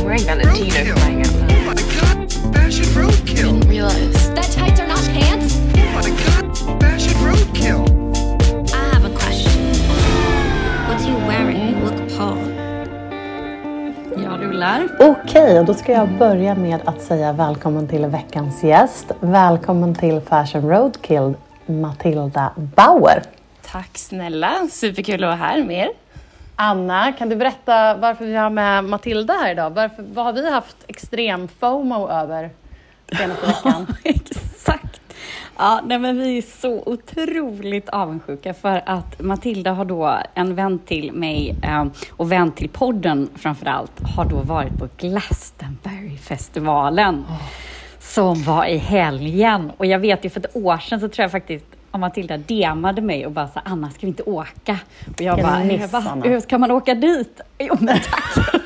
wearing Valentino flying out loud. Oh my god, fashion roadkill. Didn't realize. That tights are not pants? Oh my god, fashion roadkill. I have a question. What are you wearing? You look appalled. Jag rullar. Okej, då ska jag börja med att säga välkommen till veckans gäst. Välkommen till Fashion Roadkill, Matilda Bauer. Tack snälla, superkul att vara här med er. Anna, kan du berätta varför vi har med Matilda här idag? Vad har vi haft extrem FOMO över senaste veckan? Exakt. Ja, nej, men vi är så otroligt avundsjuka för att Matilda har då en vän till mig och vän till podden framförallt har då varit på Glastonbury-festivalen som var i helgen. Och jag vet ju för ett år sedan så tror jag faktiskt att Matilda DMade mig och bara så Anna, ska vi inte åka? Och jag bara, hur ska man åka dit? Jo men tack,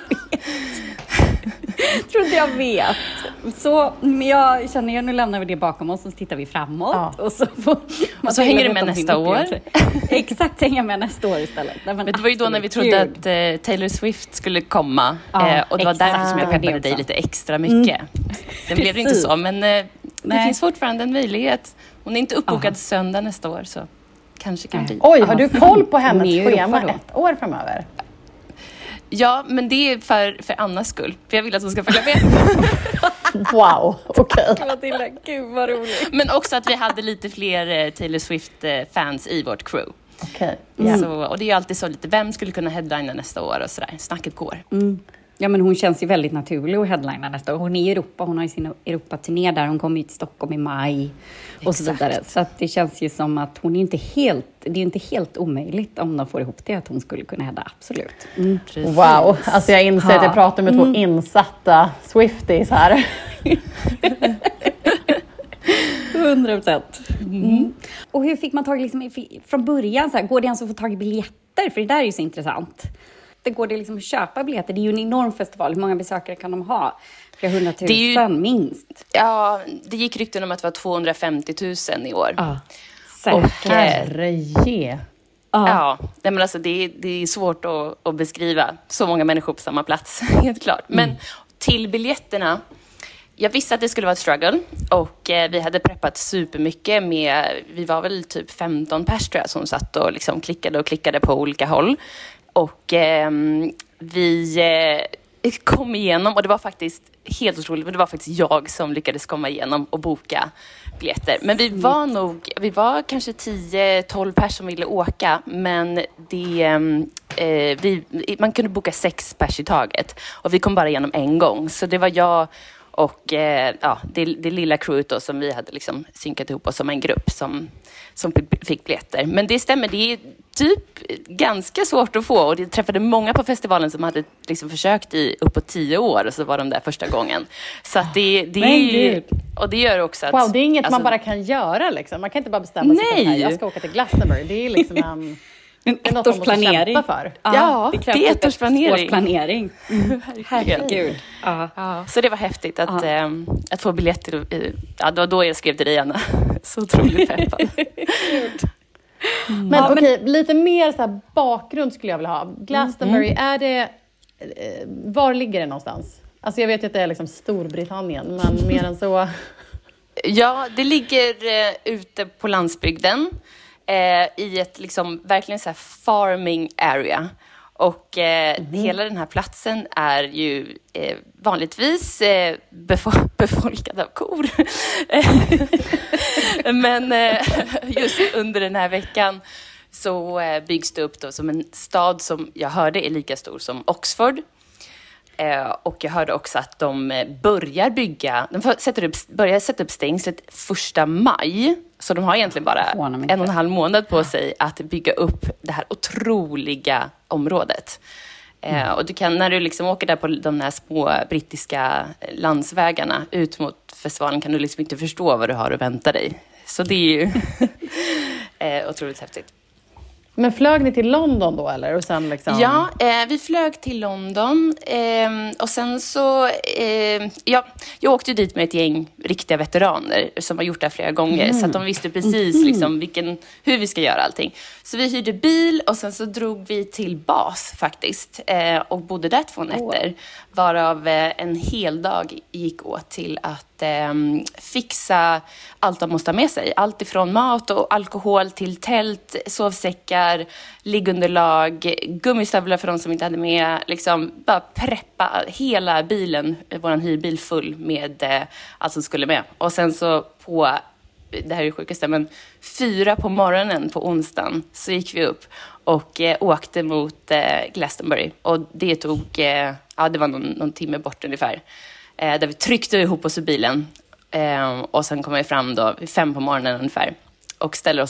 tror inte jag vet. Så jag känner nu lämnar vi det bakom oss och så tittar vi framåt. Ja. Och så hänger det med nästa år. Exakt, hänger med nästa år istället. Men det var ju då när vi trodde att Taylor Swift skulle komma. Och det var därför som jag peppade dig lite extra mycket. Sen blev det inte så, men det finns fortfarande en möjlighet. Hon är inte uppbokad söndag nästa år, så kanske kan bli. Oj, har du koll på hennes schema ett år framöver? Ja, men det är för Annas skull. För jag vill att hon ska följa med. Wow, okej. Gud vad roligt. Men också att vi hade lite fler Taylor Swift-fans i vårt crew. Okej. Och det är ju alltid så lite, vem skulle kunna headlina nästa år och sådär. Snacket går. Ja, men hon känns ju väldigt naturlig att headlina nästa år. Hon är i Europa, hon har ju sin Europaturné där. Hon kommer ju till Stockholm i maj och så vidare. Så att det känns ju som att hon är inte helt, det är inte helt omöjligt om de får ihop det att hon skulle kunna heada, absolut. Wow, alltså jag inser att jag pratar med två insatta Swifties här. 100%. Och hur fick man tag liksom, från början, så här, går det ens att få tag i biljetter? För det där är ju så intressant. Det går det liksom att köpa biljetter. Det är ju en enorm festival. Hur många besökare kan de ha? Flera 100 000 minst. Ja, det gick rykten om att det var 250 000 i år. Herreje. Ja, men alltså det är svårt att beskriva så många människor på samma plats, helt klart. Men till biljetterna, jag visste att det skulle vara ett struggle och vi hade preppat supermycket vi var väl typ 15 pers tror jag som satt och liksom klickade på olika håll. Och vi kom igenom, och det var faktiskt helt otroligt, men det var faktiskt jag som lyckades komma igenom och boka biljetter. Men vi var kanske 10-12 pers som ville åka, men man kunde boka 6 pers i taget. Och vi kom bara igenom en gång, så det var jag och det lilla crewet då, som vi hade liksom synkat ihop oss som en grupp som fick biljetter. Men det stämmer, det är typ ganska svårt att få. Och det träffade många på festivalen som hade liksom försökt i uppåt 10 år. Och så var de där första gången. Så att det är... Och det gör också att... Wow, det är inget man bara kan göra liksom. Man kan inte bara bestämma sig för att jag ska åka till Glastonbury. Det är liksom en ettårsplanering. Ja, det är ettårsplanering. Herregud. Så det var häftigt att få biljetter. Ja, det var då jag skrev till dig, Anna. Så otroligt peppad. Men okej, lite mer så här bakgrund skulle jag vilja ha. Glastonbury, är det... Var ligger det någonstans? Alltså jag vet ju att det är liksom Storbritannien, men mer än så... Ja, det ligger ute på landsbygden. I ett liksom verkligen så här farming area. Och hela den här platsen är ju vanligtvis befolkad av kor. Men just under den här veckan så byggs det upp då som en stad som jag hörde är lika stor som Oxford. Och jag hörde också att de börjar sätta upp stängslet 1 maj. Så de har egentligen bara 1,5 månad på sig att bygga upp det här otroliga området. Och du kan, när du liksom åker där på de här små brittiska landsvägarna ut mot festivalen, kan du liksom inte förstå vad du har att vänta dig. Så det är ju otroligt häftigt. Men flög ni till London då eller? Och sen liksom... Ja, vi flög till London och sen så... jag åkte dit med ett gäng riktiga veteraner som har gjort det här flera gånger. Så att de visste precis liksom, hur vi ska göra allting. Så vi hyrde bil och sen så drog vi till Bath faktiskt. Och bodde där 2 nätter. Varav en hel dag gick åt till att fixa allt de måste ha med sig. Allt ifrån mat och alkohol till tält, sovsäckar, liggunderlag, gummistövlar för de som inte hade med. Liksom bara preppa hela bilen, våran hyrbil full med allt som skulle med. Och sen så det här är det sjukaste, men 4 på morgonen på onsdagen så gick vi upp och åkte mot Glastonbury. Och det tog, det var någon timme bort ungefär. Där vi tryckte ihop oss i bilen. Och sen kom vi fram då 5 på morgonen ungefär. Och ställde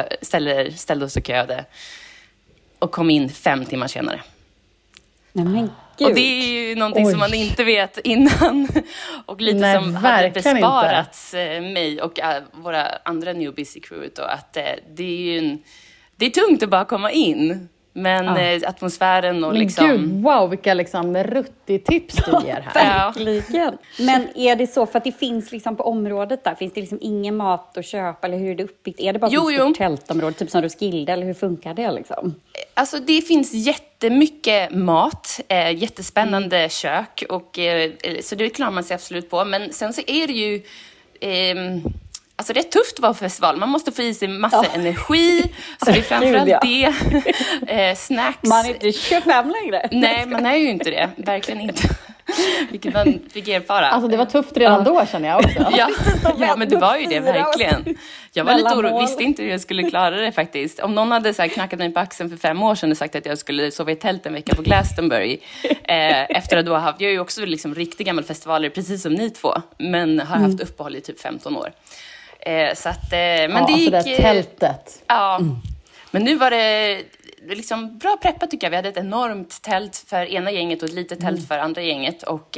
oss och köade. Och kom in 5 timmar senare. Nej, men gud. Och det är ju någonting som man inte vet innan. Och lite som hade besparats mig och våra andra newbies i crewet. Och att det är tungt att bara komma in. Men atmosfären och liksom... Men gud, wow, vilka liksom rutti-tips du ger här. Verkligen. Men är det så, för att det finns liksom på området där, finns det liksom ingen mat att köpa eller hur är det uppbyggt? Är det bara ett stort tältområde, typ som Roskilde, eller hur funkar det liksom? Alltså det finns jättemycket mat, jättespännande kök och så det klarar man sig absolut på. Men sen så är det ju... Alltså det är tufft att vara på festival. Man måste få i sig massa energi. Så det är framförallt det. Snacks. Man är inte 25 längre. Nej, man är ju inte det. Verkligen inte. Vilket man fick erfara. Alltså det var tufft redan då, känner jag också. Ja, men det var ju det, verkligen. Jag var lite orolig, visste inte hur jag skulle klara det faktiskt. Om någon hade så här knackat mig på axeln för 5 år sedan och sagt att jag skulle sova i tält en vecka på Glastonbury. Efter att då jag är ju också liksom riktigt gammal festivaler, precis som ni två. Men har haft uppehåll i typ 15 år. Så att, men det gick... Alltså det tältet. Ja, men nu var det liksom bra preppat tycker jag. Vi hade ett enormt tält för ena gänget och ett litet tält för andra gänget. Och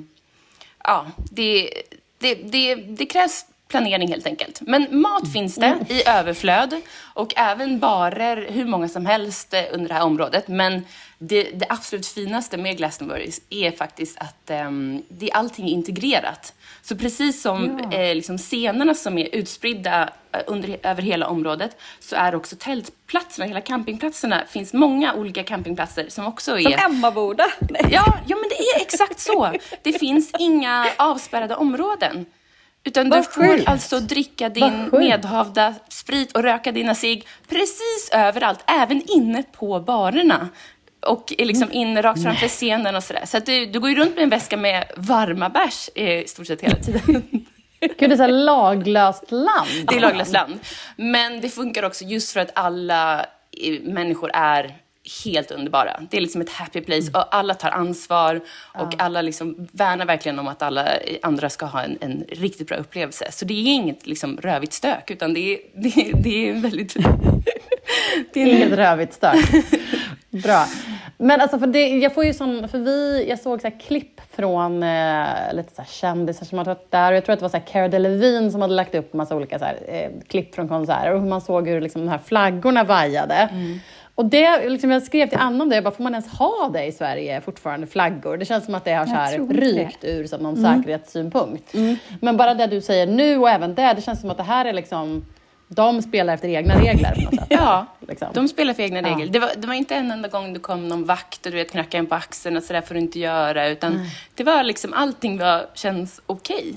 det krävs planering helt enkelt. Men mat finns det i överflöd och även barer, hur många som helst under det här området. Men det absolut finaste med Glastonbury är faktiskt att det är allting integrerat. Så precis som liksom scenerna som är utspridda över hela området så är också tältplatserna, hela campingplatserna, finns många olika campingplatser som också är... Som Emmaboda. Ja, men det är exakt så. Det finns inga avspärrade områden. Utan du får alltså dricka din medhavda sprit och röka dina cigg precis överallt, även inne på barerna. Och liksom in rakt framför scenen och sådär. Så att du går ju runt med en väska med varma bärs i stort sett hela tiden. Gud, det är så här laglöst land. Det är laglöst land. Men det funkar också just för att alla människor är helt underbara. Det är liksom ett happy place och alla tar ansvar och alla liksom värnar verkligen om att alla andra ska ha en riktigt bra upplevelse. Så det är inget liksom rövigt stök utan det är väldigt... Det är inget rövigt stök. Bra. Men alltså jag får ju jag såg så här klipp från lite så här kändisar som har varit där. Och jag tror att det var så här Cara Delevingne som hade lagt upp en massa olika så här, klipp från konserter. Och hur man såg hur liksom de här flaggorna vajade. Och det, liksom, jag skrev till Anna om det. Får man ens ha det i Sverige fortfarande, flaggor? Det känns som att det har så här rykt ur som någon säkerhetssynpunkt. Men bara det du säger nu och även det känns som att det här är liksom... De spelar efter egna regler på något sätt. Ja, liksom. De spelar för egna regler. Det var inte en enda gång det kom någon vakt och du vet, knackade en på axeln och så där får du inte göra. Utan det var liksom, allting känns okej.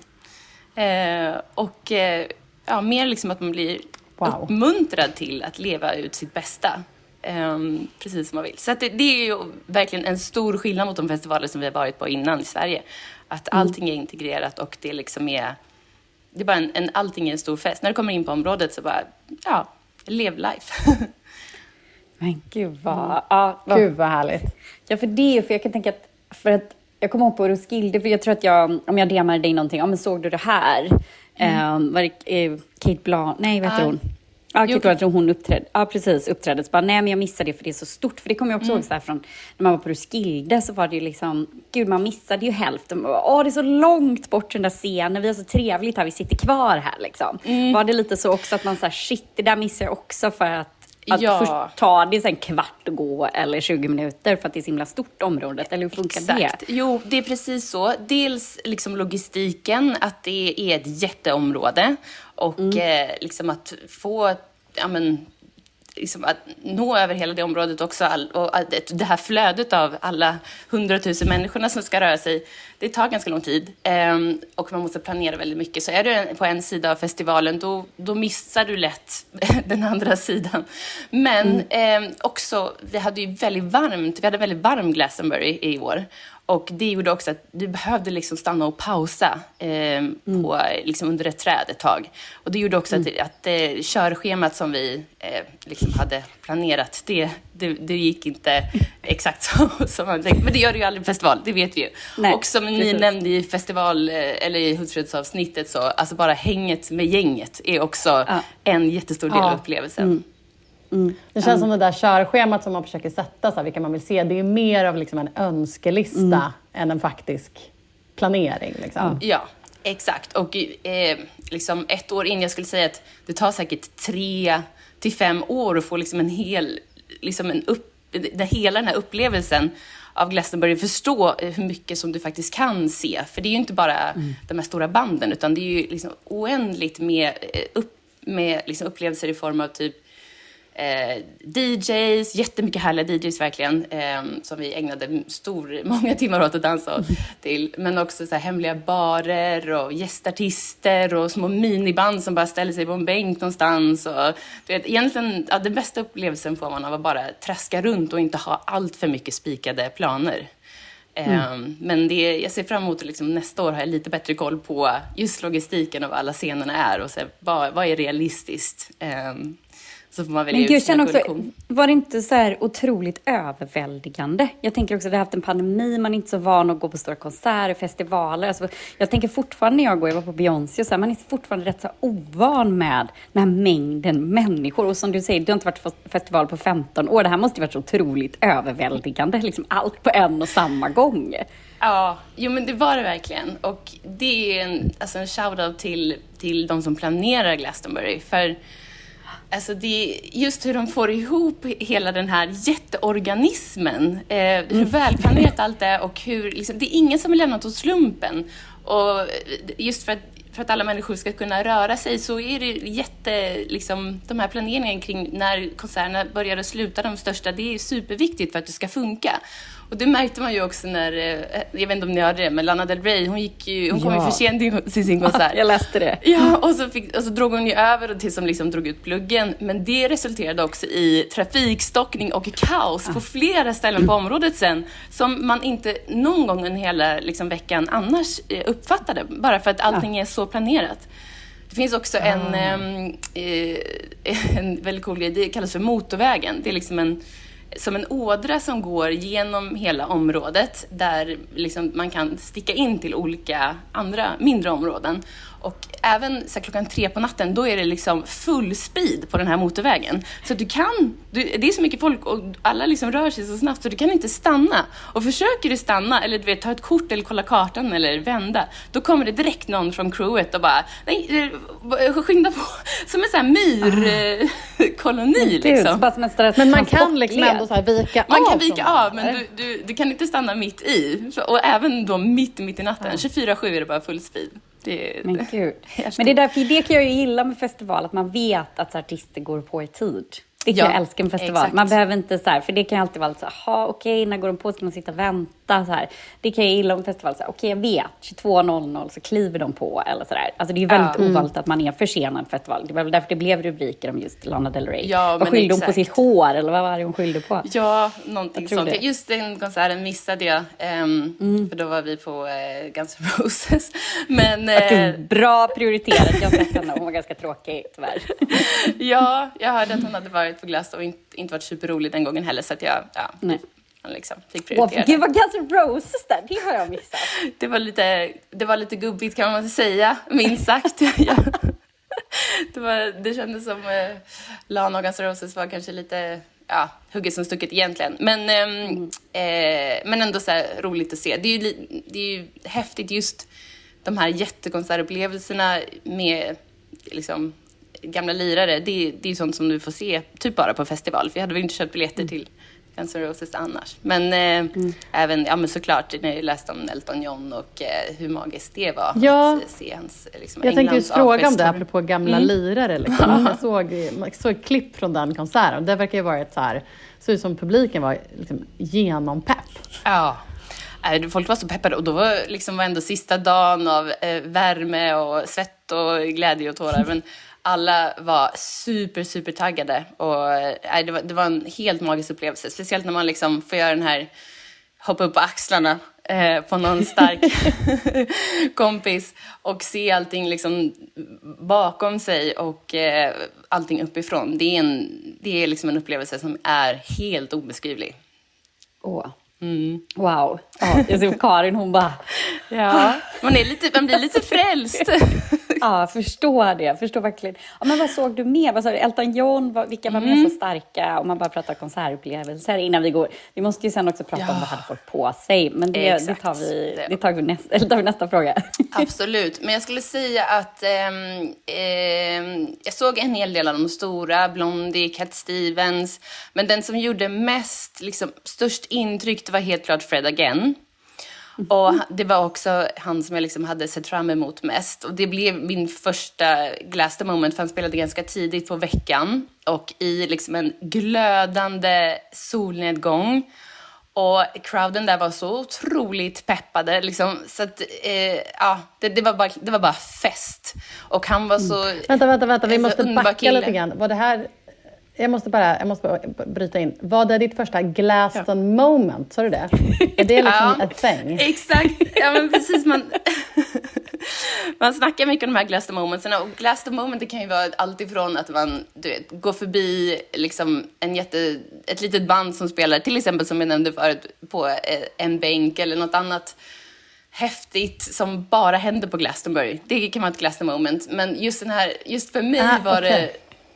Mer liksom att man blir uppmuntrad till att leva ut sitt bästa. Precis som man vill. Så att det är ju verkligen en stor skillnad mot de festivaler som vi har varit på innan i Sverige. Att allting är integrerat och det liksom är... Det är bara allting är en stor fest. När du kommer in på området så bara, live life. Men gud vad... Gud vad härligt. Ja, för jag kan tänka att... För att jag kommer ihåg på Roskilde, för jag tror att om jag DMade dig någonting, men såg du det här? Var det Kate Blanc? Nej, vet du hon? Ja, jag tror hon uppträdde. Ja, precis, uppträdde. Så bara, nej, men jag missade det för det är så stort. För det kommer jag också ihåg så här från när man var på Roskilde så var det ju liksom, gud, man missade ju hälften. Det är så långt bort den där scenen. Vi har så trevligt här, vi sitter kvar här liksom. Var det lite så också att man så här, shit, det där missar jag också för att Att Ja. först tar det en kvart att gå eller 20 minuter för att det är så himla stort området. Eller hur funkar Exakt. det? Jo, det är precis så. Dels liksom logistiken, att det är ett jätteområde. Och liksom att få, liksom att nå över hela det området också. Och det här flödet av alla 100 000 människorna som ska röra sig, det tar ganska lång tid. Och man måste planera väldigt mycket. Så är du på en sida av festivalen, då missar du lätt den andra sidan. Men också, vi hade väldigt varm Glastonbury i år. Och det gjorde också att du behövde liksom stanna och pausa på, liksom under ett träd ett tag. Och det gjorde också att körschemat som vi liksom hade planerat, det gick inte exakt så som man tänkte. Men det gör det ju aldrig i festival, det vet vi ju. Nej, och som ni precis. nämnde i festival, eller i Hultsfredsavsnittet, så alltså bara hänget med gänget är också en jättestor del av upplevelsen. Det känns som det där körschemat som man försöker sätta, så här, vilka man vill se. Det är mer av liksom en önskelista än en faktisk planering. Liksom. Ja, exakt. Och liksom ett år in, jag skulle säga att det tar säkert 3 till 5 år att få liksom en hel, liksom hela den här upplevelsen av Glastonbury, förstå hur mycket som du faktiskt kan se. För det är ju inte bara de här stora banden, utan det är ju liksom oändligt med liksom upplevelser i form av typ DJs, jättemycket härliga DJs verkligen, som vi ägnade många timmar åt att dansa till, men också så här hemliga barer och gästartister och små miniband som bara ställer sig på en bänk någonstans. Och, du vet, egentligen, den bästa upplevelsen får man av att bara traska runt och inte ha allt för mycket spikade planer. Men jag ser fram emot att liksom, nästa år har jag lite bättre koll på just logistiken av alla scenerna är och så vad är realistiskt. Så får man välja. Men gud, känner också, var det inte så här otroligt överväldigande? Jag tänker också att vi har haft en pandemi, man är inte så van att gå på stora konserter, festivaler. Alltså, jag tänker fortfarande när jag var på Beyoncé, så här, man är fortfarande rätt så ovan med den här mängden människor. Och som du säger, du har inte varit på festival på 15 år. Det här måste ju varit så otroligt överväldigande. Liksom allt på en och samma gång. Ja, jo men det var det verkligen. Och det är en shout-out till de som planerar Glastonbury. För alltså det är just hur de får ihop hela den här jätteorganismen. Hur välplanerat allt är och hur liksom, det är ingen som är lämnat åt slumpen. Och just för att alla människor ska kunna röra sig, så är det de här planeringarna kring när konserterna börjar och slutar, de största, det är superviktigt för att det ska funka. Och det märkte man ju också när, jag vet inte om ni hörde det, men Lana Del Rey, hon kom ju för sent till sin konsert. Jag läste det. Ja, och så drog hon ju över tills de liksom drog ut pluggen. Men det resulterade också i trafikstockning och kaos på flera ställen på området sen, som man inte någon gång en hela liksom, veckan annars uppfattade, bara för att allting är så planerat. Det finns också en väldigt cool grej, det kallas för motorvägen. Det är liksom som en ådra som går genom hela området, där liksom man kan sticka in till olika andra mindre områden. Och även så klockan 3 på natten, då är det liksom full speed på den här motorvägen. Så att det är så mycket folk och alla liksom rör sig så snabbt så du kan inte stanna. Och försöker du stanna eller du vet, ta ett kort eller kolla kartan eller vända, då kommer det direkt någon från crewet och bara, nej, skynda på. Som en sån här myrkoloni liksom. Bara som en men man kan liksom ändå så här vika av. Man kan vika av, men du kan inte stanna mitt i. Och även då mitt i natten, 24/7 är det bara full speed. Men gud. Men det är därför, det kan jag ju gilla med festival, att man vet att artister går på i tid. Det kan jag älska med festival. Exakt. Man behöver inte så här, för det kan alltid vara så här, okej, när går de på, ska man sitta och vänta så här. Det kan jag gilla med festival, så här, okej, jag vet, 22:00 så kliver de på eller så där. Alltså det är ju väldigt ovanligt att man är försenad festival. Det var väl därför det blev rubriker om just Lana Del Rey. Ja, vad skyllde hon på sitt hår, eller vad var det hon skyllde på? Ja, någonting sånt. Just den konserten missade jag, för då var vi på Guns N' Roses. Men bra prioriterat, jag har sett henne, hon var ganska tråkig tyvärr. Ja, jag hörde att hon hade varit på Glass och inte varit superrolig den gången heller, så att jag liksom fick prioritera. Gud, vad Guns N' Roses där, det har jag missat. Det var lite gubbigt kan man säga, minst sagt. Det kändes som Lana och Guns N' Roses var kanske lite hugget som stucket egentligen. Men ändå så här roligt att se. Det är ju häftigt just de här jättekonsertupplevelserna med liksom gamla lirare, det är ju sånt som du får se typ bara på festival. För jag hade väl inte köpt biljetter till Guns N' Roses annars. Men även, men såklart, när jag läste om Elton John och hur magiskt det var att se hans liksom, jag tänkte just fråga om det, apropå gamla lirare. Liksom. Jag såg klipp från den konserten. Det verkar ju vara ett så här, så ut som publiken var liksom genompepp. Ja. Folk var så peppade och då var ändå sista dagen av värme och svett och glädje och tårar. Men alla var super taggade och det var en helt magisk upplevelse. Speciellt när man liksom får göra den här, hoppa upp på axlarna på någon stark kompis och se allting liksom bakom sig och allting uppifrån. Det är liksom en upplevelse som är helt obeskrivlig. Wow. Ja, jag ser Karin, hon bara... Ja, man blir lite frälst. Ja, förstår det. Förstår verkligen. Ja, men vad såg du mer? Vad sa du? Elton John, vilka var med så starka? Om man bara pratar konsertupplevelser innan vi går. Vi måste ju sen också prata om vad hade folk på sig. Men det tar vi nästa fråga. Absolut. Men jag skulle säga att jag såg en hel del av de stora. Blondie, Cat Stevens. Men den som gjorde mest, liksom, störst intryck, det var helt klart Fred Again. Och det var också han som jag liksom hade sett fram emot mest. Och det blev min första Glass the Moment, för han spelade ganska tidigt på veckan. Och i liksom en glödande solnedgång. Och crowden där var så otroligt peppade. Liksom, så att, det var bara fest. Och han var så... Vänta. Vi måste backa lite grann. Var det här... Jag måste bara bryta in. Vad är ditt första Glaston moment? Sa du det? Är det liksom ett thing? Exakt. Ja, men precis. Man snackar mycket om de här Glaston momentsen. Och Glaston moment, det kan ju vara allt ifrån att man går förbi liksom ett litet band som spelar, till exempel som jag nämnde förut, på en bänk eller något annat häftigt som bara händer på Glastonbury. Det kan vara ett Glaston moment. Men just för mig var det...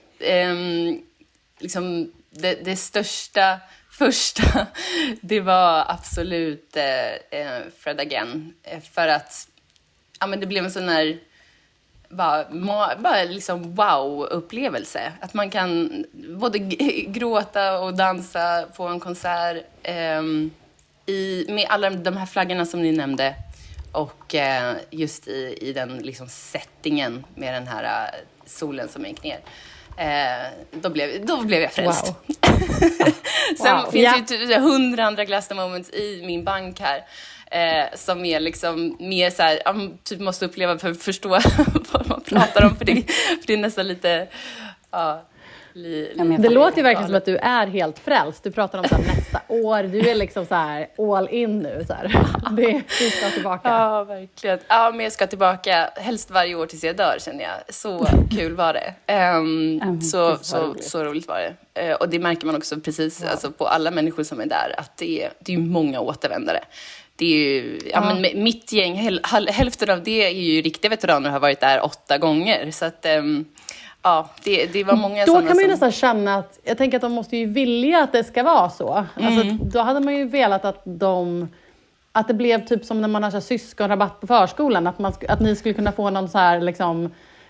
liksom det största första, det var absolut Fred Again, för att men det blev en sån här bara liksom wow-upplevelse, att man kan både gråta och dansa på en konsert med alla de här flaggorna som ni nämnde, och just i den liksom settingen med den här solen som gick ner. Då blev jag frälst. Wow. Sen finns ju 100 andra Glass the Moments i min bank här, som är liksom mer så här, typ måste uppleva för att förstå vad man pratar om, för det är nästan lite det låter ju verkligen som att du är helt frälst. Du pratar om så här, nästa år. Du är liksom så här all in nu. Så här. Du ska tillbaka. Ja, verkligen. Ja, men jag ska tillbaka helst varje år tills jag dör, känner jag. Så kul var det. Så roligt var det. Och det märker man också precis alltså, på alla människor som är där, att det är många återvändare. Det är ju, men mitt gäng, hälften av det är ju riktiga veteraner och har varit där 8 gånger. Så att... det var många. Då kan man ju nästan känna att, jag tänker att de måste ju vilja att det ska vara så. Alltså, då hade man ju velat att det blev typ som när man har så här syskonrabatt på förskolan, att ni skulle kunna få någon så här liksom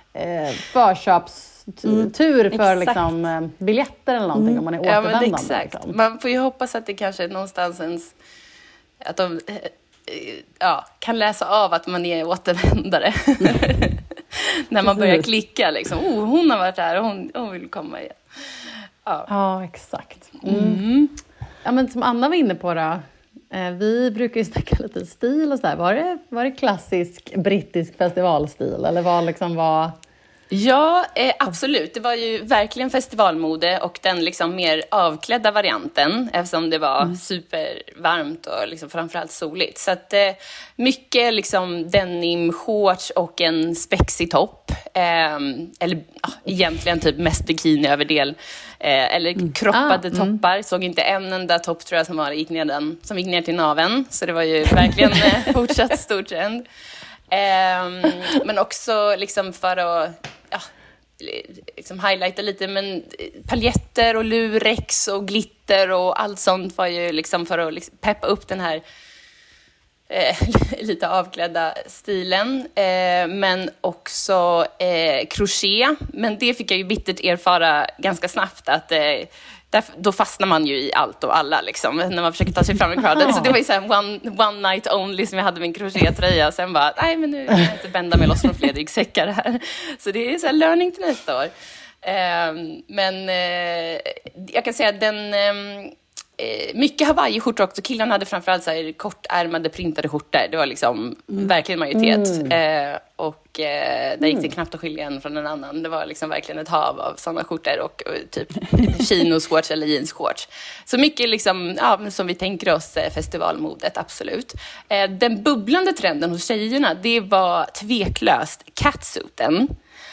förköpstur för liksom biljetter eller någonting om man är återvändande. Ja, exakt. Liksom. Man får ju hoppas att det kanske är någonstans att de kan läsa av att man är återvändare. När man börjar klicka liksom. Hon har varit där och hon vill komma igen. Ja, exakt. Ja, men som Anna var inne på då. Vi brukar ju snacka lite stil och sådär. Var det klassisk brittisk festivalstil? Eller var Ja, absolut. Det var ju verkligen festivalmode och den liksom mer avklädda varianten, eftersom det var supervarmt och liksom framförallt soligt. Så att mycket liksom denim, shorts och en spexig topp. Eller egentligen typ mest bikini överdel. Eller kroppade toppar. Såg inte en enda topp, tror jag, som gick ner till naveln. Så det var ju verkligen fortsatt stor trend. Men också liksom för att liksom highlighta lite, men paljetter och lurex och glitter och allt sånt var ju liksom för att liksom peppa upp den här lite avklädda stilen. Men också crochet. Men det fick jag ju bittert erfara ganska snabbt att då fastnar man ju i allt och alla liksom, när man försöker ta sig fram i crowden. Så det var ju så här one night only som jag hade min crochettröja. Sen bara, nej men nu kan jag inte bända mig loss från fler ryggsäckar här. Så det är så här learning till nästa år. Men jag kan säga att mycket Hawaii-skjortor också. Killarna hade framförallt så här kortärmade printade skjortor. Det var liksom verkligen majoritet. Och där gick det knappt att skilja en från en annan. Det var liksom verkligen ett hav av sådana skjortor och typ chino-shorts eller jeans-shorts. Så mycket liksom, som vi tänker oss festivalmodet, absolut. Den bubblande trenden hos tjejerna, det var tveklöst catsuiten.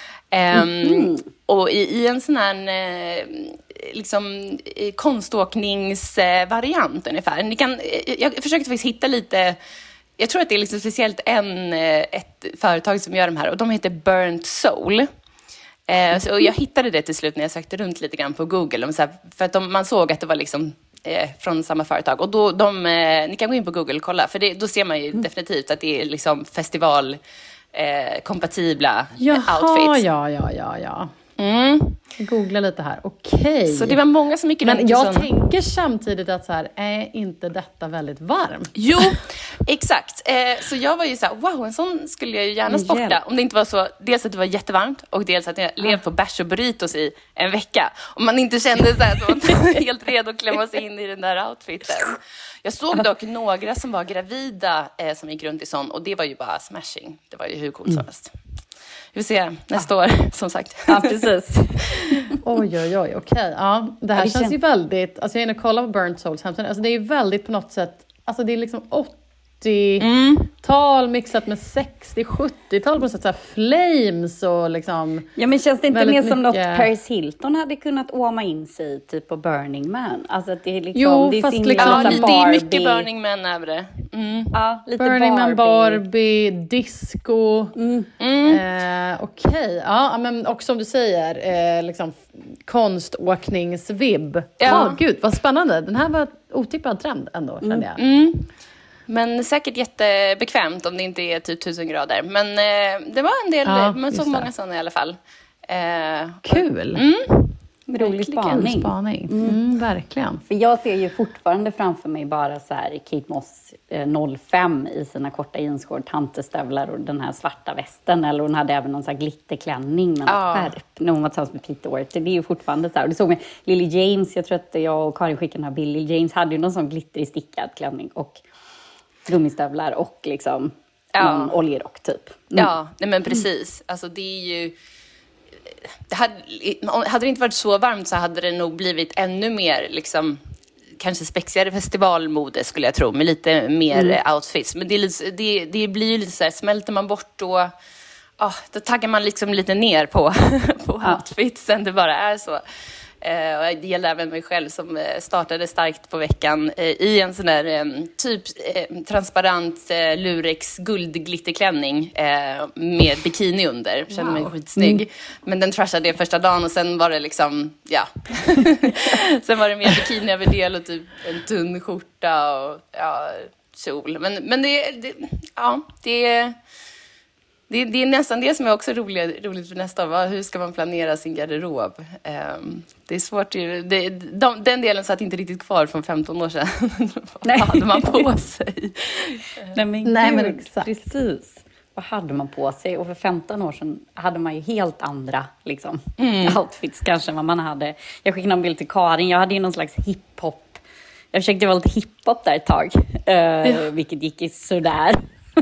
Och i en sån här liksom konståkningsvariant ungefär. Jag försökte faktiskt hitta lite. Jag tror att det är liksom speciellt ett företag som gör de här, och de heter Burnt Soul. Och jag hittade det till slut när jag sökte runt lite grann på Google. För att man såg att det var liksom från samma företag. Och ni kan gå in på Google och kolla, för då ser man ju definitivt att det är liksom festival kompatibla outfits. Ja. Googla lite här. Okej. Så det var många som gick. Men jag tänker samtidigt att så här, är inte detta väldigt varmt? Jo, exakt. Så jag var ju så här, wow, en sån skulle jag ju gärna sporta. Om det inte var så, dels att det var jättevarmt och dels att jag levde på bärs och burritos i en vecka. Om man inte kände så här, så man helt redo att klämma sig in i den där outfiten. Jag såg dock några som var gravida som gick runt i sån, och det var ju bara smashing. Det var ju hur coolt som helst. Vi får se nästa år, som sagt. Ja, precis. Oj, okej. Ja, det här känns ju väldigt. Alltså jag är inne och kollar på Burnt Souls hemsidan. Alltså det är ju väldigt på något sätt. Alltså det är liksom 80-tal mixat med 60-70-tal på något sätt. Så här flames och liksom. Ja, men känns det inte mer som något mycket Paris Hilton hade kunnat åma in sig typ på Burning Man? Alltså att det är liksom. Jo, det är fast sin liksom, lilla det är mycket Barbie. Burning Man över det. Ja, lite Burning Man, Barbie, disco. Okej. Ja, men också som du säger, liksom konståkningsvibb. Ja. Gud, vad spännande. Den här var otippad trend ändå, kände jag. Men säkert jättebekvämt om det inte är typ 1000 grader. Men det var en del, man såg många sådana i alla fall. Kul. Rolig spaning. Verkligen. För jag ser ju fortfarande framför mig bara så här Kate Moss 05 i sina korta jeansshorts, tantestövlar och den här svarta västen. Eller hon hade även någon så här glitterklänning med skärp när hon var tillsammans med Peter Orte. Det är ju fortfarande så här. Och det såg med Lily James, jag tror att jag och Karin skickade den här bild. Lily James hade ju någon sån glittrig stickad klänning och gummistövlar och liksom någon oljerock typ. Ja, nej men precis. Alltså det är ju. Hade det inte varit så varmt så hade det nog blivit ännu mer liksom, kanske spexigare festivalmode skulle jag tro, med lite mer outfits. Men det blir ju lite så här, smälter man bort då taggar man liksom lite ner på outfitsen, det bara är så. Det gäller även mig själv som startade starkt på veckan i en sån där typ transparent lurex guldglitterklänning med bikini under. Kände mig skitsnygg. Men den trashade det första dagen och sen var det liksom, sen var det mer bikini över del och typ en tunn skjorta och kjol. Men det är nästan det som är också roligt för nästa år. Hur ska man planera sin garderob? Det är svårt. Den delen satt inte riktigt kvar från 15 år sedan. Vad hade man på sig? Nej, men exakt. Precis. Vad hade man på sig? Och för 15 år sedan hade man ju helt andra liksom, outfits kanske än vad man hade. Jag skickade en bild till Karin. Jag hade ju någon slags hiphop. Jag försökte vara lite hiphop där ett tag. Vilket gick i sådär.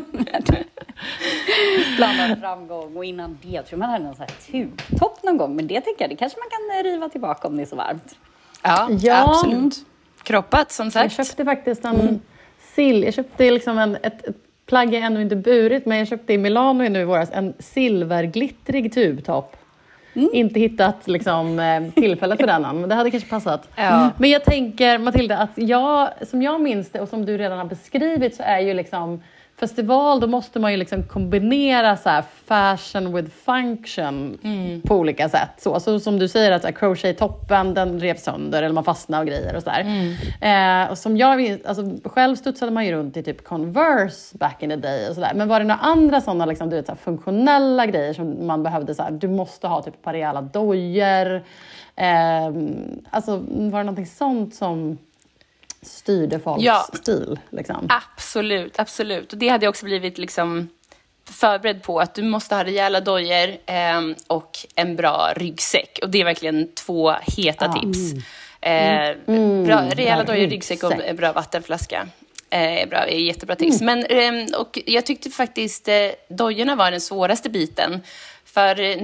Blandade framgång, och innan det tror man hade någon sån här tubtopp någon gång, men det tänker jag, det kanske man kan riva tillbaka om det är så varmt. Ja. Absolut. Kroppat som sagt. Jag köpte faktiskt en sill. Jag köpte liksom ett plagg jag ännu inte burit, men jag köpte i Milano nu i våras en silverglittrig tubtopp. Inte hittat liksom, tillfället för den än, men det hade kanske passat. Men jag tänker, Matilda, att som jag minns det och som du redan har beskrivit, så är ju liksom festival, då måste man ju liksom kombinera så här fashion with function på olika sätt. Så som du säger, att crochet-toppen, den rev sönder eller man fastnade och grejer och sådär. Och som jag själv studsade man ju runt i typ Converse back in the day och sådär. Men var det några andra sådana liksom, du vet, så här, funktionella grejer som man behövde så här, du måste ha typ ett par rejäla dojor. Alltså var det någonting sånt som styrde folks stil liksom? Absolut. Och det hade jag också blivit liksom förberedd på, att du måste ha rejäla dojor och en bra ryggsäck. Och det är verkligen 2 heta tips. Rejäla dojor, ryggsäck och en bra vattenflaska. Är jättebra tips. Men, och jag tyckte faktiskt dojorna var den svåraste biten. För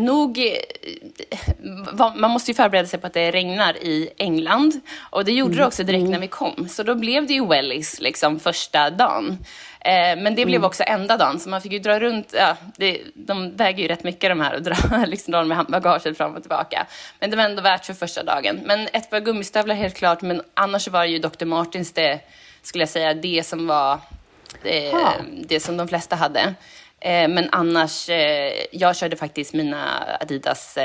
man måste ju förbereda sig på att det regnar i England. Och det gjorde det också direkt när vi kom. Så då blev det ju wellies liksom första dagen. Men det blev också enda dagen. Så man fick ju dra runt. Ja, de väger ju rätt mycket de här. Och dra liksom de med handbagaget fram och tillbaka. Men det var ändå värt för första dagen. Men ett par gummistövlar helt klart. Men annars var ju Dr. Martens det, skulle jag säga, det som var det som de flesta hade. Men annars, jag körde faktiskt mina Adidas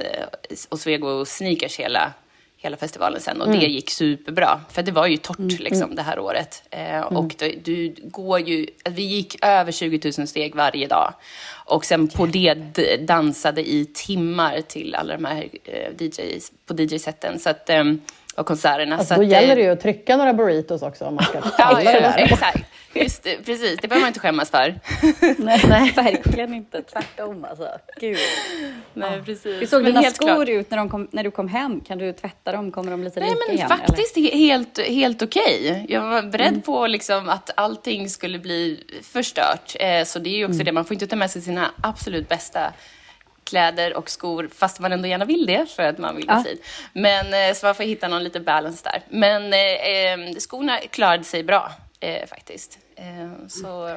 Oswego sneakers hela festivalen sen. Och det gick superbra. För det var ju torrt liksom det här året. Och du går ju, vi gick över 20 000 steg varje dag. Och sen på det dansade i timmar till alla de här DJs på DJ-sätten. Så att, och konserterna. Alltså, så då att, gäller det ju att trycka några burritos också om man ska ja, exakt. Just det, precis. Det behöver man inte skämmas för. Nej, verkligen inte. Tvärtom alltså. Gud. Nej, precis. Hur såg Men dina skor ut när du kom hem? Kan du tvätta dem? Kommer de lite lika igen? Faktiskt helt okej. Jag var beredd på liksom att allting skulle bli förstört. Så det är ju också det. Man får inte ta med sig sina absolut bästa kläder och skor, fast man ändå gärna vill det för att man vill bli fin. Men så man får hitta någon lite balance där. Men skorna klarade sig bra faktiskt. Så...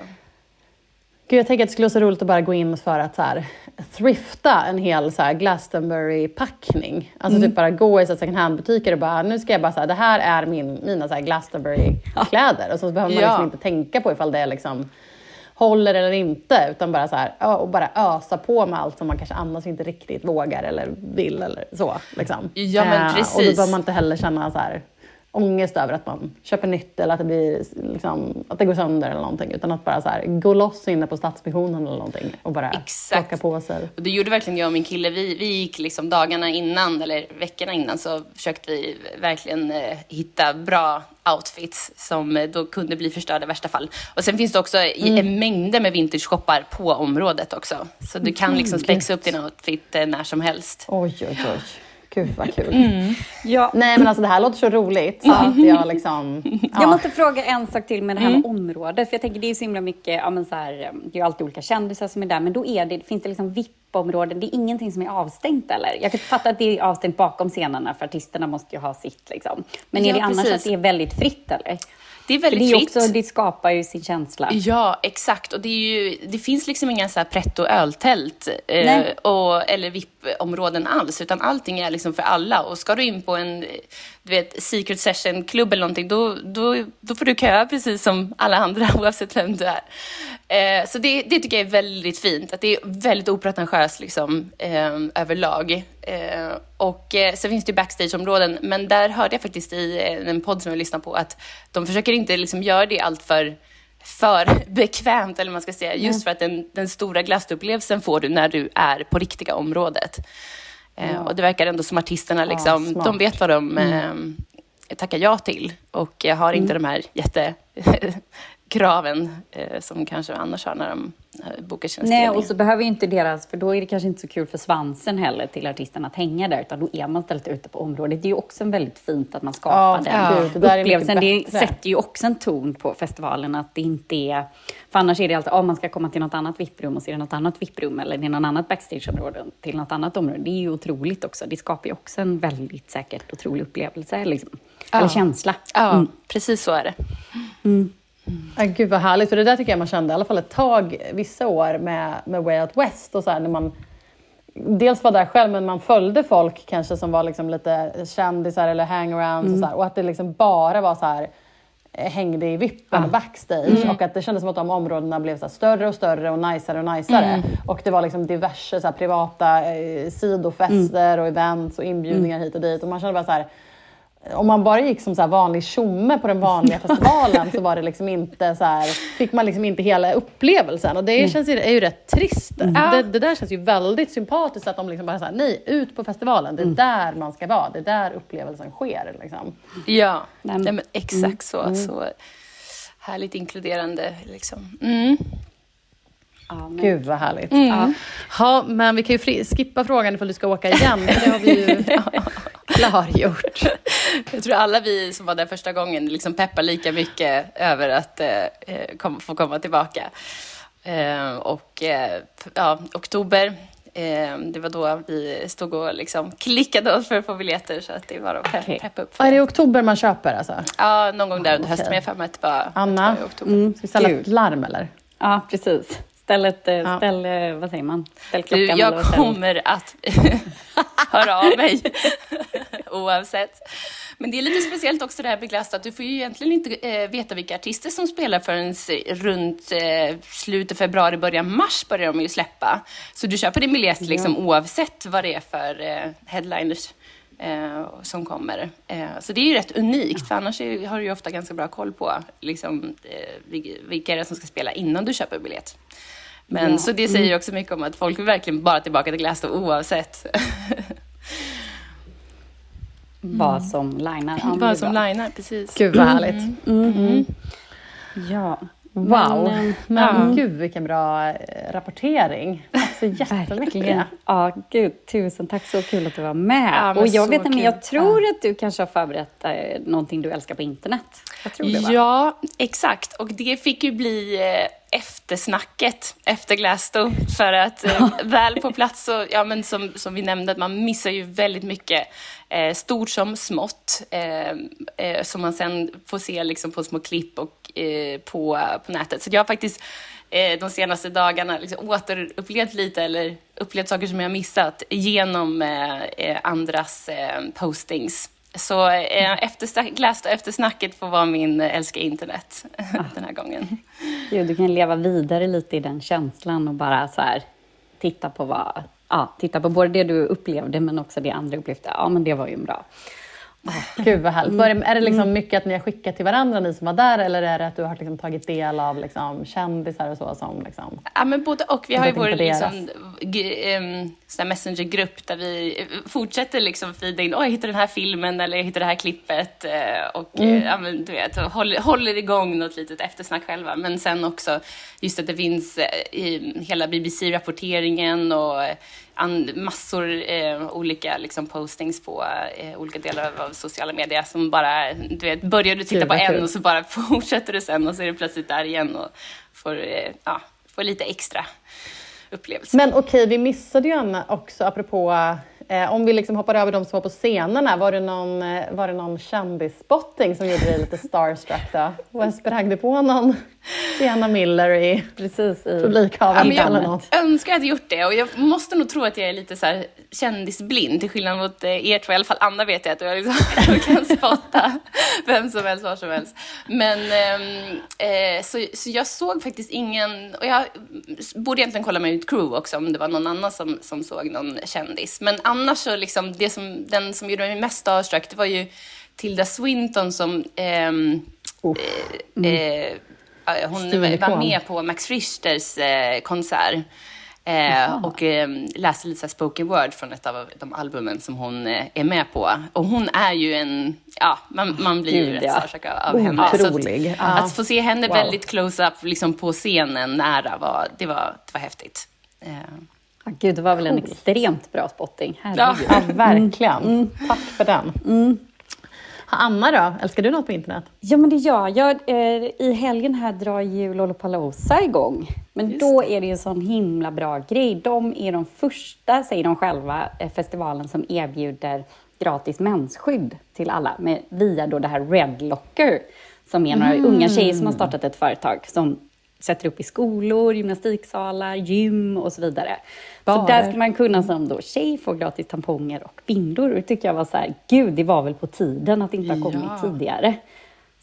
Gud, jag tänker att det skulle vara så roligt att bara gå in för att så här, thrifta en hel så här, Glastonbury-packning. Alltså typ bara gå i second hand-butiker och bara, nu ska jag bara säga, det här är mina så här, Glastonbury-kläder. Och så behöver man liksom inte tänka på ifall det liksom håller eller inte, utan bara så här, och bara ösa på med allt som man kanske annars inte riktigt vågar eller vill eller så liksom. Ja, men precis. Och då behöver man inte heller känna så här ångest över att man köper nytt eller att det blir liksom, att det går sönder eller någonting, utan att bara så här gå loss inne på Stadsmissionen eller någonting och bara plocka på sig. Och det gjorde verkligen jag och min kille. Vi gick liksom dagarna innan eller veckorna innan, så försökte vi verkligen hitta bra outfits som då kunde bli förstörda i värsta fall. Och sen finns det också en mängd med vintage-shoppar på området också. Så du kan liksom spexa upp din outfit när som helst. Oj. Gud vad kul. Ja. Nej, men alltså det här låter så roligt så att jag liksom... Jag måste fråga en sak till med det här med området. För jag tänker det är så himla mycket, ja men så här, det är ju alltid olika kändisar som är där. Men då finns det liksom VIP-områden. Det är ingenting som är avstängt eller? Jag kan fatta att det är avstängt bakom scenerna för artisterna måste ju ha sitt liksom. Men är det annars att det är väldigt fritt eller? Det är väldigt fritt. Också, det skapar ju sin känsla. Ja, exakt. Och det finns liksom inga så här pretto öltält eller VIP-områden alls. Utan allting är liksom för alla. Och ska du in på en secret session-klubb eller någonting, då får du köa precis som alla andra oavsett vem du är. Så det tycker jag är väldigt fint. Att det är väldigt opretentiöst liksom, överlag. Och så finns det ju backstage-områden. Men där hörde jag faktiskt i en podd som jag lyssnade på att de försöker inte liksom göra det allt för bekvämt, eller man ska säga. Just för att den stora glassupplevelsen får du när du är på riktiga området. Och det verkar ändå som artisterna liksom, de vet vad de tackar ja till. Och har inte de här jättekraven som kanske annars har när de bokar sina spelningar. Nej, och så behöver ju inte deras, för då är det kanske inte så kul för svansen heller till artisterna att hänga där, utan då är man ställt ute på området. Det är ju också väldigt fint att man skapar den upplevelsen. Det sätter ju också en ton på festivalen, att det inte är, för annars är det alltid, man ska komma till något annat VIP-rum och se något annat VIP-rum eller till något annat backstage-område till något annat område. Det är ju otroligt också. Det skapar ju också en väldigt säkert otrolig upplevelse liksom. Eller känsla. Ja, precis så är det. Gud vad härligt, för det där tycker jag man kände i alla fall ett tag, vissa år med Way Out West och så här, när man dels var där själv, men man följde folk kanske som var liksom lite kändisar eller hangarounds och så här, och att det liksom bara var så här hängde i vippen och backstage. Och att det kändes som att de områdena blev så här större och större och najsare. Och det var liksom diverse så här privata sidofester och events och inbjudningar hit och dit. Och man kände bara så här, om man bara gick som så här vanlig tjomme på den vanliga festivalen så var det liksom inte så här, fick man liksom inte hela upplevelsen. Och det känns är ju rätt trist. Det där känns ju väldigt sympatiskt, att de liksom bara så här, nej, ut på festivalen. Det är där man ska vara. Det är där upplevelsen sker. Liksom. Ja, nej, men exakt så. Så härligt inkluderande. Liksom. Ja, gud vad härligt. Ja, men vi kan ju skippa frågan ifall du ska åka igen. Det har vi ju klargjort. Jag tror alla vi som var där första gången liksom peppar lika mycket över att få komma tillbaka. Oktober, det var då vi stod och liksom klickade oss för att få biljetter, så att det var att peppa upp. Är det i oktober man köper alltså? Ja, någon gång där under hösten, men jag får mig att det var Anna, i oktober. Ska vi ställa ett larm eller? Ja, precis. Vad säger man? Ställ klockan. Jag kommer att höra av mig oavsett. Men det är lite speciellt också det här med Glass, att du får ju egentligen inte veta vilka artister som spelar förrän runt slutet februari, början mars börjar de ju släppa. Så du köper din biljett liksom oavsett vad det är för headliners som kommer. Så det är ju rätt unikt, för annars har du ju ofta ganska bra koll på liksom, vilka är det som ska spela innan du köper biljett. Men så det säger ju också mycket om att folk vill verkligen bara tillbaka till Glass oavsett vad som linar. Vad som linar, precis. Gud vad härligt. Ja. Wow, men gud vilken bra rapportering. Alltså jättemycket. Ja, gud, tusen tack, så kul att du var med. Ja, och jag vet inte, men jag kul. tror att du kanske har förberett någonting du älskar på internet. Jag tror det, va? Ja, exakt. Och det fick ju bli eftersnacket efter Glassdoor, för att väl på plats så, ja men som vi nämnde, att man missar ju väldigt mycket, stort som smått, som man sen får se liksom på små klipp och på nätet. Så jag har faktiskt de senaste dagarna liksom återupplevt lite, eller upplevt saker som jag missat genom andras postings. Så efter snacket får vara min älska internet den här gången. Du kan leva vidare lite i den känslan och bara så här titta på både det du upplevde men också det andra upplevde. Ja, men det var ju bra. Gud vad härligt. Är det liksom mycket att ni har skickat till varandra, ni som var där, eller är det att du har liksom tagit del av liksom kändisar och så som liksom? Ja, men både och. Vi har ju vår liksom, messengergrupp där vi fortsätter liksom feeda in, jag hittar den här filmen eller jag hittar det här klippet, och ja, men, du vet, håller igång något litet eftersnack själva. Men sen också just att det finns hela BBC-rapporteringen och massor olika liksom postings på olika delar av sociala medier som bara, du vet, börjar du titta på en och så bara fortsätter du sen och så är det plötsligt där igen och får lite extra upplevelse. Men okej, vi missade ju också apropå om vi liksom hoppar över de som var på scenerna, var det någon kändisspotting som gjorde dig lite starstruck då? Och sprang du på någon Sienna Miller i publikhaven eller något? Jag önskar att jag hade gjort det, och jag måste nog tro att jag är lite så här kändisblind, till skillnad mot er två. I alla fall Anna vet jag att jag liksom kan spotta vem som helst, var som helst. Men så jag såg faktiskt ingen, och jag borde egentligen kolla med ut crew också om det var någon annan som såg någon kändis. Men annars så liksom, den som gjorde mig mest starstruck, det var ju Tilda Swinton som hon var med på Max Richters konsert och läste lite så spoken word från ett av de albumen som hon är med på. Och hon är ju man blir ju rätt starstruck av henne. Otrolig. Så att få se henne väldigt close up liksom på scenen nära, det var häftigt. Gud, det var väl en extremt bra spotting. Ja, verkligen. Tack för den. Anna då? Älskar du något på internet? Ja, men det gör jag. I helgen här drar ju Lollapalooza igång. Men just då är det ju en sån himla bra grej. De är de första, säger de själva, festivalen som erbjuder gratis mensskydd till alla. Via då det här Red Locker. Som är några unga tjejer som har startat ett företag som sätter upp i skolor, gymnastiksalar, gym och så vidare. Så där skulle man kunna som då tjej få gratis tamponger och bindor. Och det tycker jag var så här, gud, det var väl på tiden att det inte har kommit tidigare.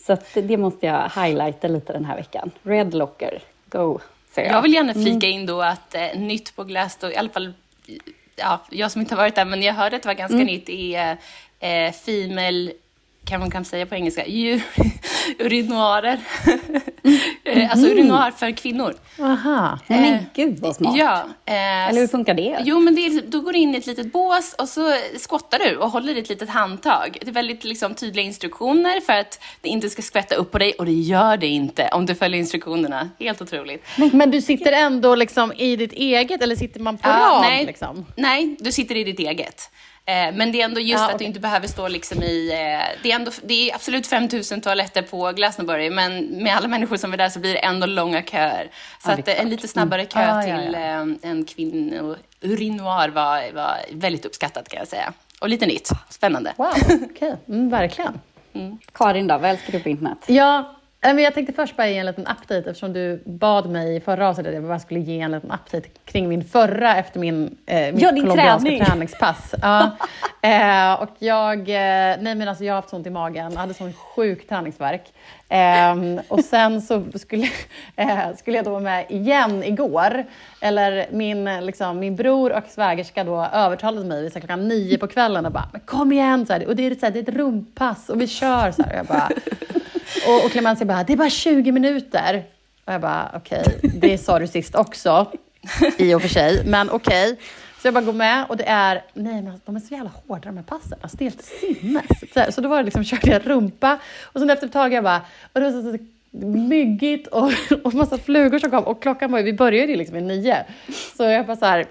Så att det måste jag highlighta lite den här veckan. Red Locker, go, säger jag. Jag vill gärna flika in då att nytt på Glassdoor, i alla fall jag som inte har varit där, men jag hörde att det var ganska nytt, är female, kan man säga på engelska, urinoarer. Alltså urinoar för kvinnor. Aha. Men gud vad smart. Ja. Eller hur funkar det? Jo, men då går du in i ett litet bås och så skottar du och håller i ett litet handtag. Det är väldigt liksom, tydliga instruktioner för att det inte ska skvätta upp på dig, och det gör det inte om du följer instruktionerna. Helt otroligt. Men du sitter ändå liksom i ditt eget, eller sitter man på rad? Nej, liksom? nej, du sitter i ditt eget. Men det är ändå just att du inte behöver stå liksom i... Det är absolut 5000 toaletter på Glastonbury, men med alla människor som är där så blir det ändå långa köer. Så att en lite snabbare kö till en kvinnourinoir var väldigt uppskattat, kan jag säga. Och lite nytt. Spännande. Wow, okej. Verkligen. Karin då, vad älskar du på internet? Ja, men jag tänkte först bara ge en liten update, eftersom du bad mig i förra avsnittet att jag bara skulle ge en liten update kring min förra efter mitt colombianska träningspass. Ja. Och jag har haft sånt i magen. Jag hade sån sjuk träningsvärk. Och sen så skulle jag då vara med igen igår. Eller min bror och svägerska då övertalade mig vid klockan 9 på kvällen och bara, men kom igen, så här, och det är ett rumpass och vi kör så här. Och jag bara, och Clementia bara, det är bara 20 minuter. Och jag bara, okej, det sa du sist också, i och för sig, men okej. Så jag bara går med, och det är, men de är så jävla hårda, de här passen. Alltså det är helt sinnes. Så då var det liksom, körde jag rumpa. Och sen efter ett tag jag bara, och det var så myggigt och massa flugor som kom. Och klockan var ju, vi började ju liksom i 9. Så jag bara så här,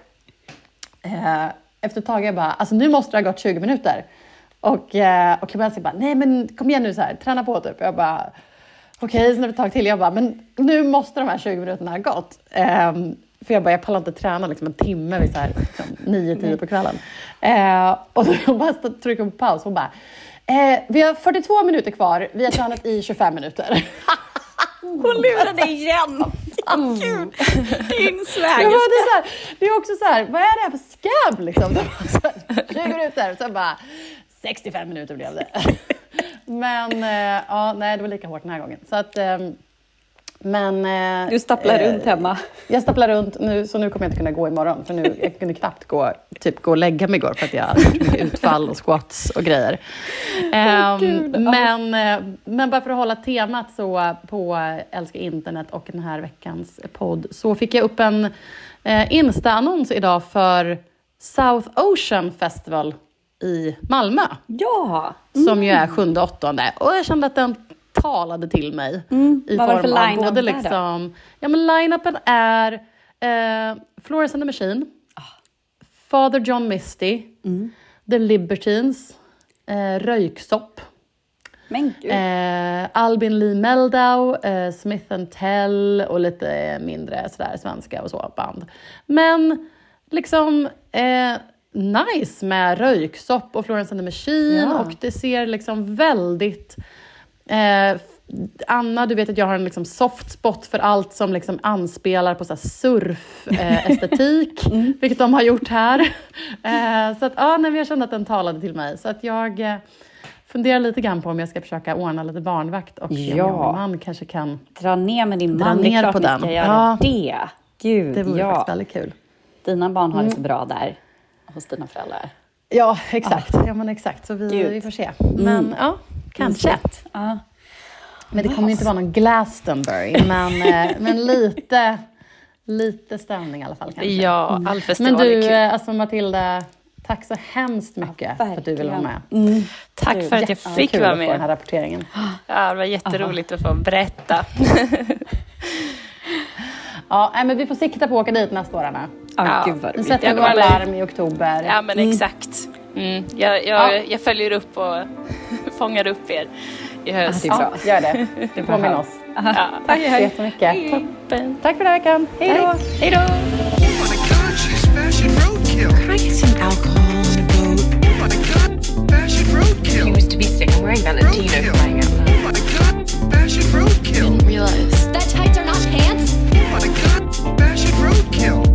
efter ett tag jag bara, alltså nu måste det ha gått 20 minuter. Och Clementia bara, nej men kom igen nu så här, träna på typ. Jag bara, okej, sen ett tag till, jag bara, men nu måste de här 20 minuterna ha gått. För jag pallar inte träna liksom en timme vid så här, liksom, 9-10 på kvällen. Och så bara trycker på paus och bara, vi har 42 minuter kvar, vi har tränat i 25 minuter. Hon lurade dig igen. Gud, din svägerska. Det är också så här, vad är det här för skabb liksom? 20 minuter, så bara 65 minuter blev det. Men det var lika hårt den här gången. Så att... Men, du stapplar runt hemma. Jag stapplar runt nu, så nu kommer jag inte kunna gå imorgon. För nu jag kunde knappt gå och lägga mig igår för att jag hade mycket utfall och squats och grejer. Men bara för att hålla temat så på Älska internet och den här veckans podd, så fick jag upp en Insta-annons idag för South Ocean Festival i Malmö. Ja! Som ju är 7-8. Och jag kände att den talade till mig i vad var det för form av line-up både liksom, line-upen är Florence and the Machine, Father John Misty, The Libertines, Röyksopp, Albin Lee Meldau, Smith & Tell och lite mindre sådär svenska och så band. Men liksom nice med Röyksopp och Florence and the Machine, och det ser liksom väldigt... Anna, du vet att jag har en liksom soft spot för allt som liksom anspelar på så här surf-estetik, vilket de har gjort här. Så att jag kände att den talade till mig. Så att jag funderar lite grann på om jag ska försöka ordna lite barnvakt och om min man kanske kan dra ner med din man. Det är klart vi ska göra det. Gud, det vore faktiskt väldigt kul. Dina barn har det så bra där hos dina föräldrar. Ja, exakt. Ja, men exakt. Så vi får se. Men kanske. Men det kommer inte vara någon Glastonbury, men lite stämning i alla fall kanske. Ja, all festival men är kul. Alltså Matilda, tack så hemskt mycket för att du ville vara med. Tack för att jag fick vara med. På den här rapporteringen. Ja, det var jätteroligt att få berätta. Men vi får sikta på att åka dit nästa år, Anna. Gud vad vi sätter våra larm i oktober. Ja, men exakt. Jag följer upp och fångar upp er i höst. Det är bra. Gör det. Det påminner oss. Tack så jättemycket. Tack för den här veckan. Hej då. Hej då. Oh my God, she's fashion roadkill. Can I get some alcohol on the boat? Oh my God, fashion roadkill. He was to be sick. I'm wearing Valentino flying out loud. Oh my God, fashion roadkill. Didn't realize. That tights are not pants? Oh my God, fashion roadkill.